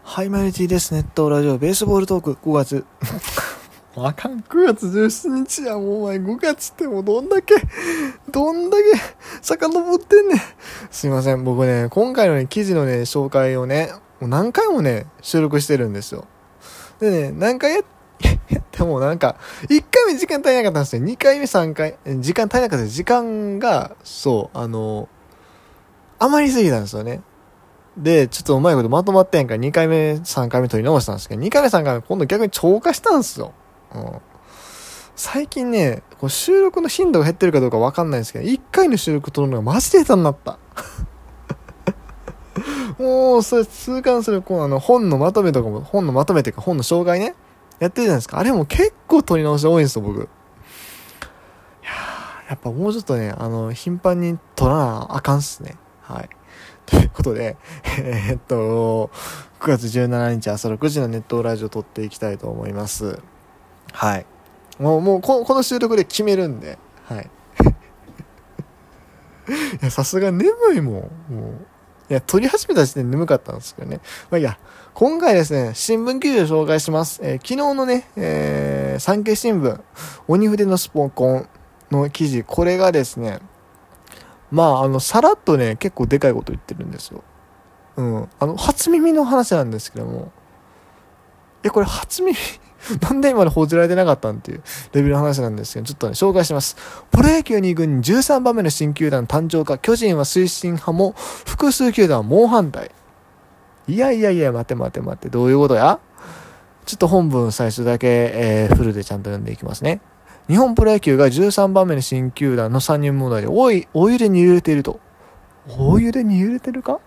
はい、マイルティです。ネットラジオベースボールトーク5月。あかん、9月17日や。もうお前5月ってもうどんだけ遡ってんねん。すいません。僕ね、今回のね、記事のね、紹介をね、もう何回もね、収録してるんですよ。でね、何回やってもなんか、1回目時間足りなかったんですよ。2回目3回、時間足りなかったです。時間が、そう、余りすぎたんですよね。で、ちょっとうまいことまとまってんから2回目、3回目撮り直したんですけど、2回目、3回目今度逆に超過したんですよ。最近ね、こう収録の頻度が減ってるかどうかわかんないんですけど、1回の収録撮るのがマジで下手になった。もう、それ痛感する、こう本のまとめとかも、本のまとめっていうか本の紹介ね、やってるじゃないですか。あれも結構撮り直し多いんですよ、僕。いややっぱもうちょっとね、頻繁に撮らなあかんっすね。はい。ということで、9月17日朝6時のネットラジオを撮っていきたいと思います。はい。もうこの収録で決めるんで、はい。いや、さすが眠いもん。もう。いや、撮り始めた時点で眠かったんですけどね。まあいいや、今回ですね、新聞記事を紹介します。昨日のね、産経新聞、鬼筆のスポコンの記事、これがですね、さらっとね、結構でかいこと言ってるんですよ。初耳の話なんですけども、これ初耳なんで今まで報じられてなかったんっていうレベルの話なんですけど、ちょっとね、紹介します。プロ野球2軍に13番目の新球団誕生か、巨人は推進派も、複数球団は猛反対。いや、待て、どういうことや？ちょっと本文最初だけ、フルでちゃんと読んでいきますね。日本プロ野球が13番目の新球団の参入問題でお湯でに揺れていると。お湯でに揺れてるか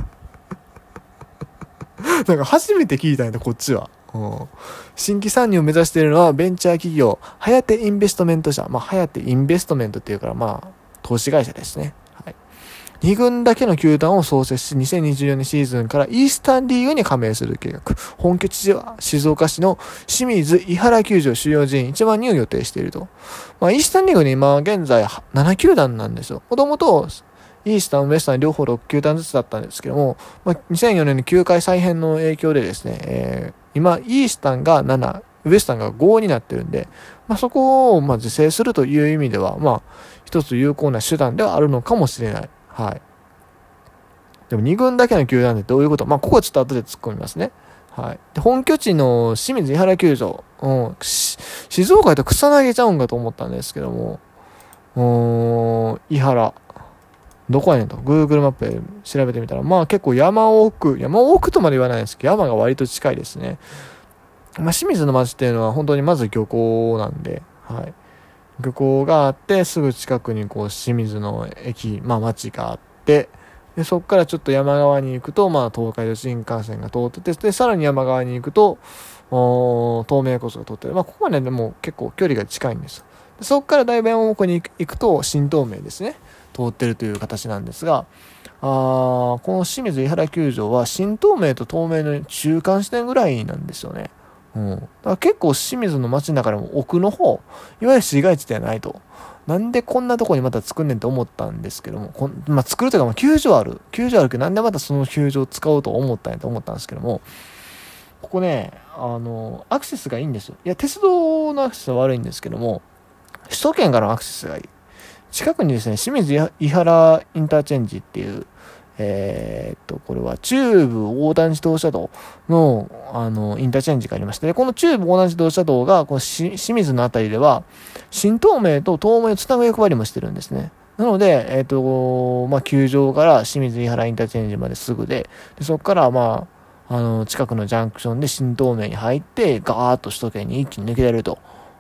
なんか初めて聞いたんだ、こっちは。新規参入を目指しているのはベンチャー企業、ハヤテインベストメント社。ハヤテインベストメントっていうから、投資会社ですね。はい。2軍だけの球団を創設し、2024年シーズンからイースタンリーグに加盟する計画。本拠地は静岡市の清水伊原球場収容人員1万人を予定していると。イースタンリーグに今現在7球団なんですよ。もともとイースタン、ウエスタン両方6球団ずつだったんですけども、2004年の球界再編の影響でですね、今、イースタンが7、ウエスタンが5になってるんで、そこを是正するという意味では、一つ有効な手段ではあるのかもしれない。はい。でも2軍だけの球団ってどういうこと？ここはちょっと後で突っ込みますね。はい。で、本拠地の清水伊原球場、静岡やと草薙ちゃうんかと思ったんですけども、伊原。どこやねんと Google マップで調べてみたら結構山奥とまで言わないですけど山が割と近いですね。清水の町っていうのは本当にまず漁港なんで、はい、漁港があってすぐ近くにこう清水の駅町があって、でそこからちょっと山側に行くと東海道新幹線が通ってて、でさらに山側に行くと東名高速が通ってる、ここまででも結構距離が近いんです。でそこからだいぶ山奥に行くと新東名ですね、通ってるという形なんですが、この清水伊原球場は新東名と東名の中間地点ぐらいなんですよね。だから結構清水の街の中でも奥の方、いわゆる市街地ではないと。なんでこんなとこにまた作んねんって思ったんですけども、作るというか球場あるけど、なんでまたその球場を使おうと思ったんやと思ったんですけども、ここね、アクセスがいいんですよ。いや、鉄道のアクセスは悪いんですけども、首都圏からのアクセスがいい。近くにですね、清水伊原インターチェンジっていう、これは中部横断自動車道の、インターチェンジがありまして、でこの中部横断自動車道が、この清水のあたりでは、新東名と東名をつなぐ役割もしてるんですね。なので、球場から清水伊原インターチェンジまですぐで、そこから、近くのジャンクションで新東名に入って、ガーッと首都圏に一気に抜けられると。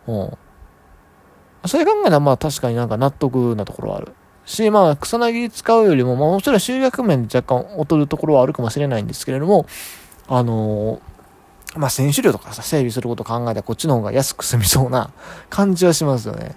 そういう考えは確かになんか納得なところはある。し、草薙使うよりも、もちろん集約面で若干劣るところはあるかもしれないんですけれども、選手料とか整備することを考えたらこっちの方が安く済みそうな感じはしますよね。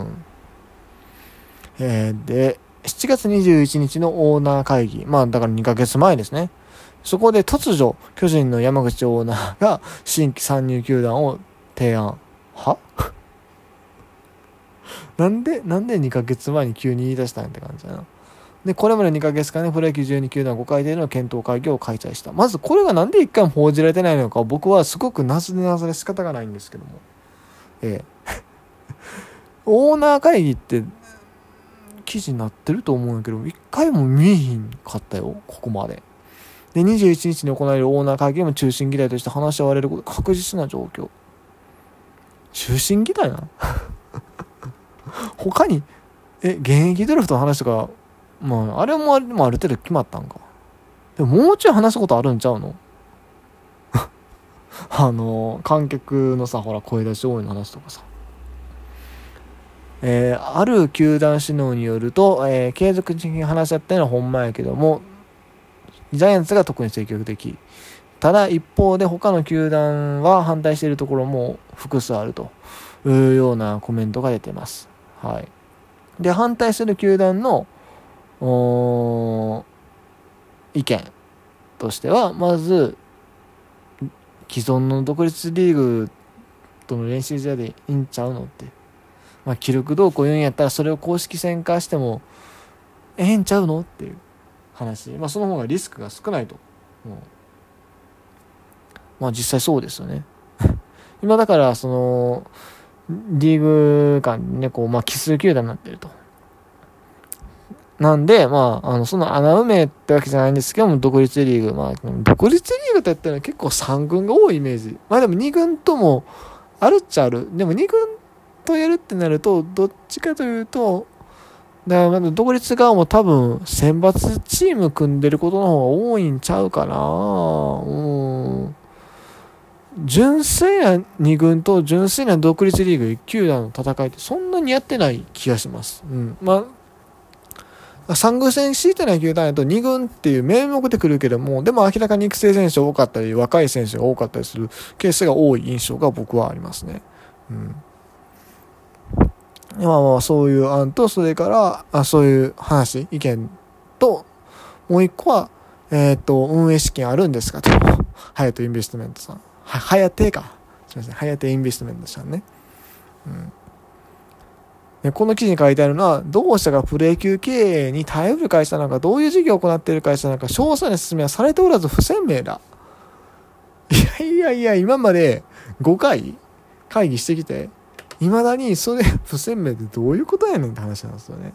で、7月21日のオーナー会議。だから2ヶ月前ですね。そこで突如、巨人の山口オーナーが新規参入球団を提案。はなんで2ヶ月前に急に言い出したんって感じだな。 で、これまで2ヶ月間でプロ野球12球団5回での検討会議を開催した。まずこれがなんで1回も報じられてないのか、僕はすごく謎で仕方がないんですけども。オーナー会議って記事になってると思うんだけど、1回も見えひんかったよ、ここまで。で、21日に行われるオーナー会議も中心議題として話し合われること確実な状況。中心議題な他に、現役ドラフトの話とか、まあ、あれもある程度決まったんか。でももうちょい話すことあるんちゃうの観客のさ、ほら、声出し応援の話とかさ。ある球団首脳によると、継続的に話し合ったのはほんまやけども、ジャイアンツが特に積極的。ただ一方で他の球団は反対しているところも複数あるというようなコメントが出てます。はい。で、反対する球団の意見としては、まず既存の独立リーグとの練習試合でいいんちゃうのって、まあ、記録どうこう言うんやったらそれを公式戦化してもええんちゃうのっていう話、まあ、その方がリスクが少ないと、まあ実際そうですよね今だからそのリーグ間にねこう、まあ、奇数球団になっていると。なんで、まあ、その穴埋めってわけじゃないんですけども、独立リーグ。まあ、独立リーグって言ったら結構3軍が多いイメージ。まあでも2軍ともあるっちゃある。でも2軍とやるってなると、どっちかというと、だから独立側も多分選抜チーム組んでることの方が多いんちゃうかな。純粋な2軍と純粋な独立リーグ1球団の戦いってそんなにやってない気がします。まあ、3軍戦敷いてない球団だと2軍っていう名目で来るけども、でも明らかに育成選手多かったり、若い選手が多かったりするケースが多い印象が僕はありますね。まあそういう案と、それからそういう話、意見と、もう一個は、運営資金あるんですかと。ハヤテインベストメントさん。ハヤテか。すみません。ハヤテインベストメントさんね。この記事に書いてあるのは、同社がプロ野球経営に耐えうる会社なのか、どういう事業を行っている会社なのか、詳細な説明はされておらず不鮮明だ。いや、今まで5回会議してきて、未だにそれ不鮮明ってどういうことやねんって話なんですよね。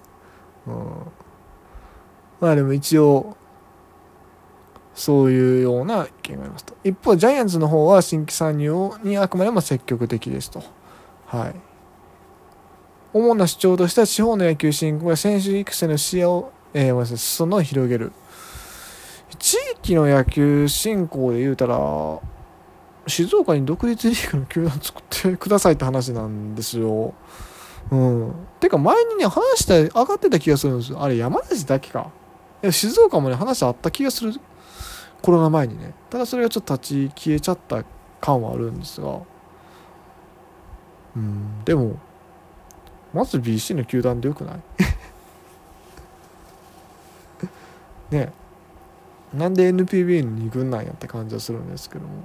まあでも一応、そういうような意見がありますと。一方、ジャイアンツの方は新規参入にあくまでも積極的ですと。はい。主な主張としては地方の野球振興や選手育成の視野を、裾野を広げる。地域の野球振興で言うたら静岡に独立リーグの球団作ってくださいって話なんですよ。てか前にね話して上がってた気がするんですよ。あれ山梨だけか。静岡もね話あった気がする。コロナ前にね。ただそれがちょっと立ち消えちゃった感はあるんですが、でもまず BC の球団でよくないねえ、なんで NPB の2軍なんやって感じはするんですけども、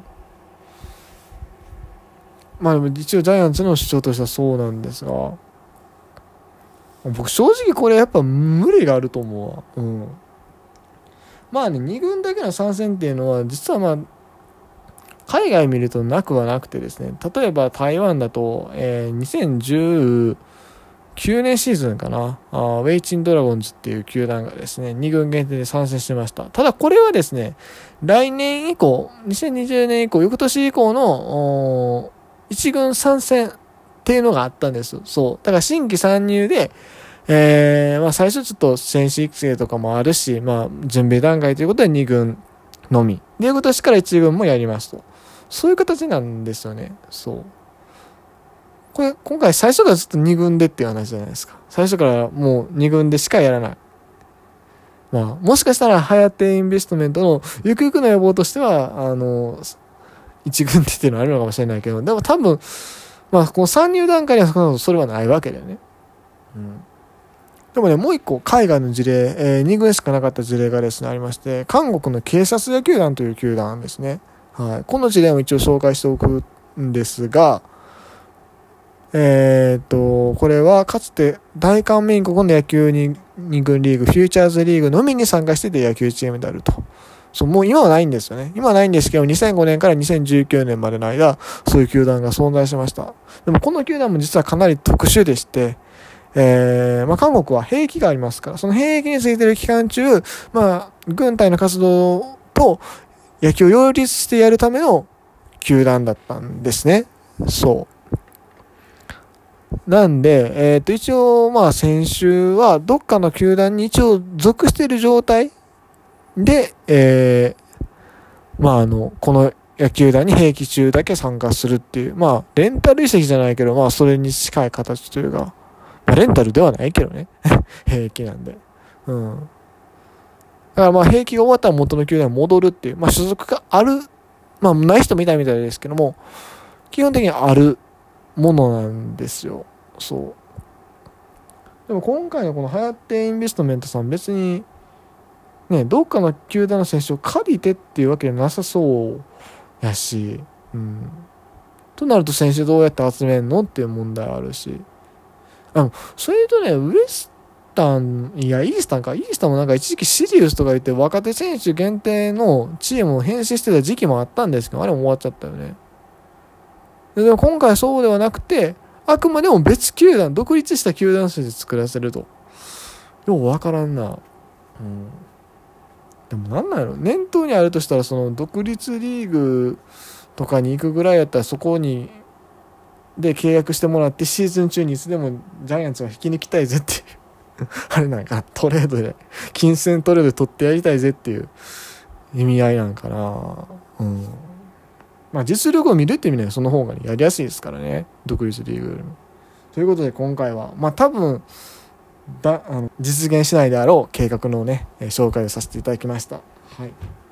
まあでも一応ジャイアンツの主張としてはそうなんですが、僕正直これやっぱ無理があると思うわ。まあね、2軍だけの参戦っていうのは実はまあ海外見るとなくはなくてですね、例えば台湾だと、2019年シーズンかな、ウェイチンドラゴンズっていう球団がですね、2軍限定で参戦してました。ただこれはですね、来年以降、2020年以降、翌年以降の1軍参戦っていうのがあったんです。そう。だから新規参入で、まあ最初ちょっと選手育成とかもあるし、まあ準備段階ということで2軍のみ。で、翌年から1軍もやりますと。そういう形なんですよね。そう。これ、今回最初からずっと2軍でっていう話じゃないですか。最初からもう2軍でしかやらない。まあ、もしかしたら、ハヤテインベストメントのゆくゆくの予防としては、1軍っていうのはあるのかもしれないけど、でも多分、まあ、この参入段階にはそれはないわけだよね。でもね、もう一個海外の事例、2軍しかなかった事例がですね、ありまして、韓国の警察野球団という球団ですね。はい。この事例も一応紹介しておくんですが、 これはかつて大韓民国の野球に2軍リーグ、フューチャーズリーグのみに参加していた野球チームであると。そう、もう今はないんですよね。今はないんですけど、2005年から2019年までの間、そういう球団が存在しました。でもこの球団も実はかなり特殊でして、韓国は兵役がありますから、その兵役についている期間中、軍隊の活動と野球を両立してやるための球団だったんですね。そう。なんで、一応、先週はどっかの球団に一応属している状態で、この野球団に兵役中だけ参加するっていう、レンタル移籍じゃないけど、それに近い形というか、レンタルではないけどね。兵役なんで。うん。だから兵役が終わったら元の球団に戻るっていう、所属がある、ない人もいたみたいですけども、基本的にあるものなんですよ。そう。でも今回のこのハヤテインベストメントさん別に、ね、どっかの球団の選手を借りてっていうわけじゃなさそうやし、となると選手どうやって集めるのっていう問題あるし、それとね、イースタンもなんか一時期シリウスとか言って若手選手限定のチームを編成してた時期もあったんですけど、あれも終わっちゃったよね。でも今回はそうではなくて、あくまでも別球団、独立した球団として作らせると。ようわからんな。でもなんなんやろ、念頭にあるとしたら、その独立リーグとかに行くぐらいやったら、そこにで契約してもらってシーズン中にいつでもジャイアンツは引き抜きたいぜっていうあれなんかトレードで金銭トレードで取ってやりたいぜっていう意味合いなんかな。実力を見るって意味ではその方が、やりやすいですからね、独立リーグよりも。ということで今回は多分実現しないであろう計画のね紹介をさせていただきました。はい。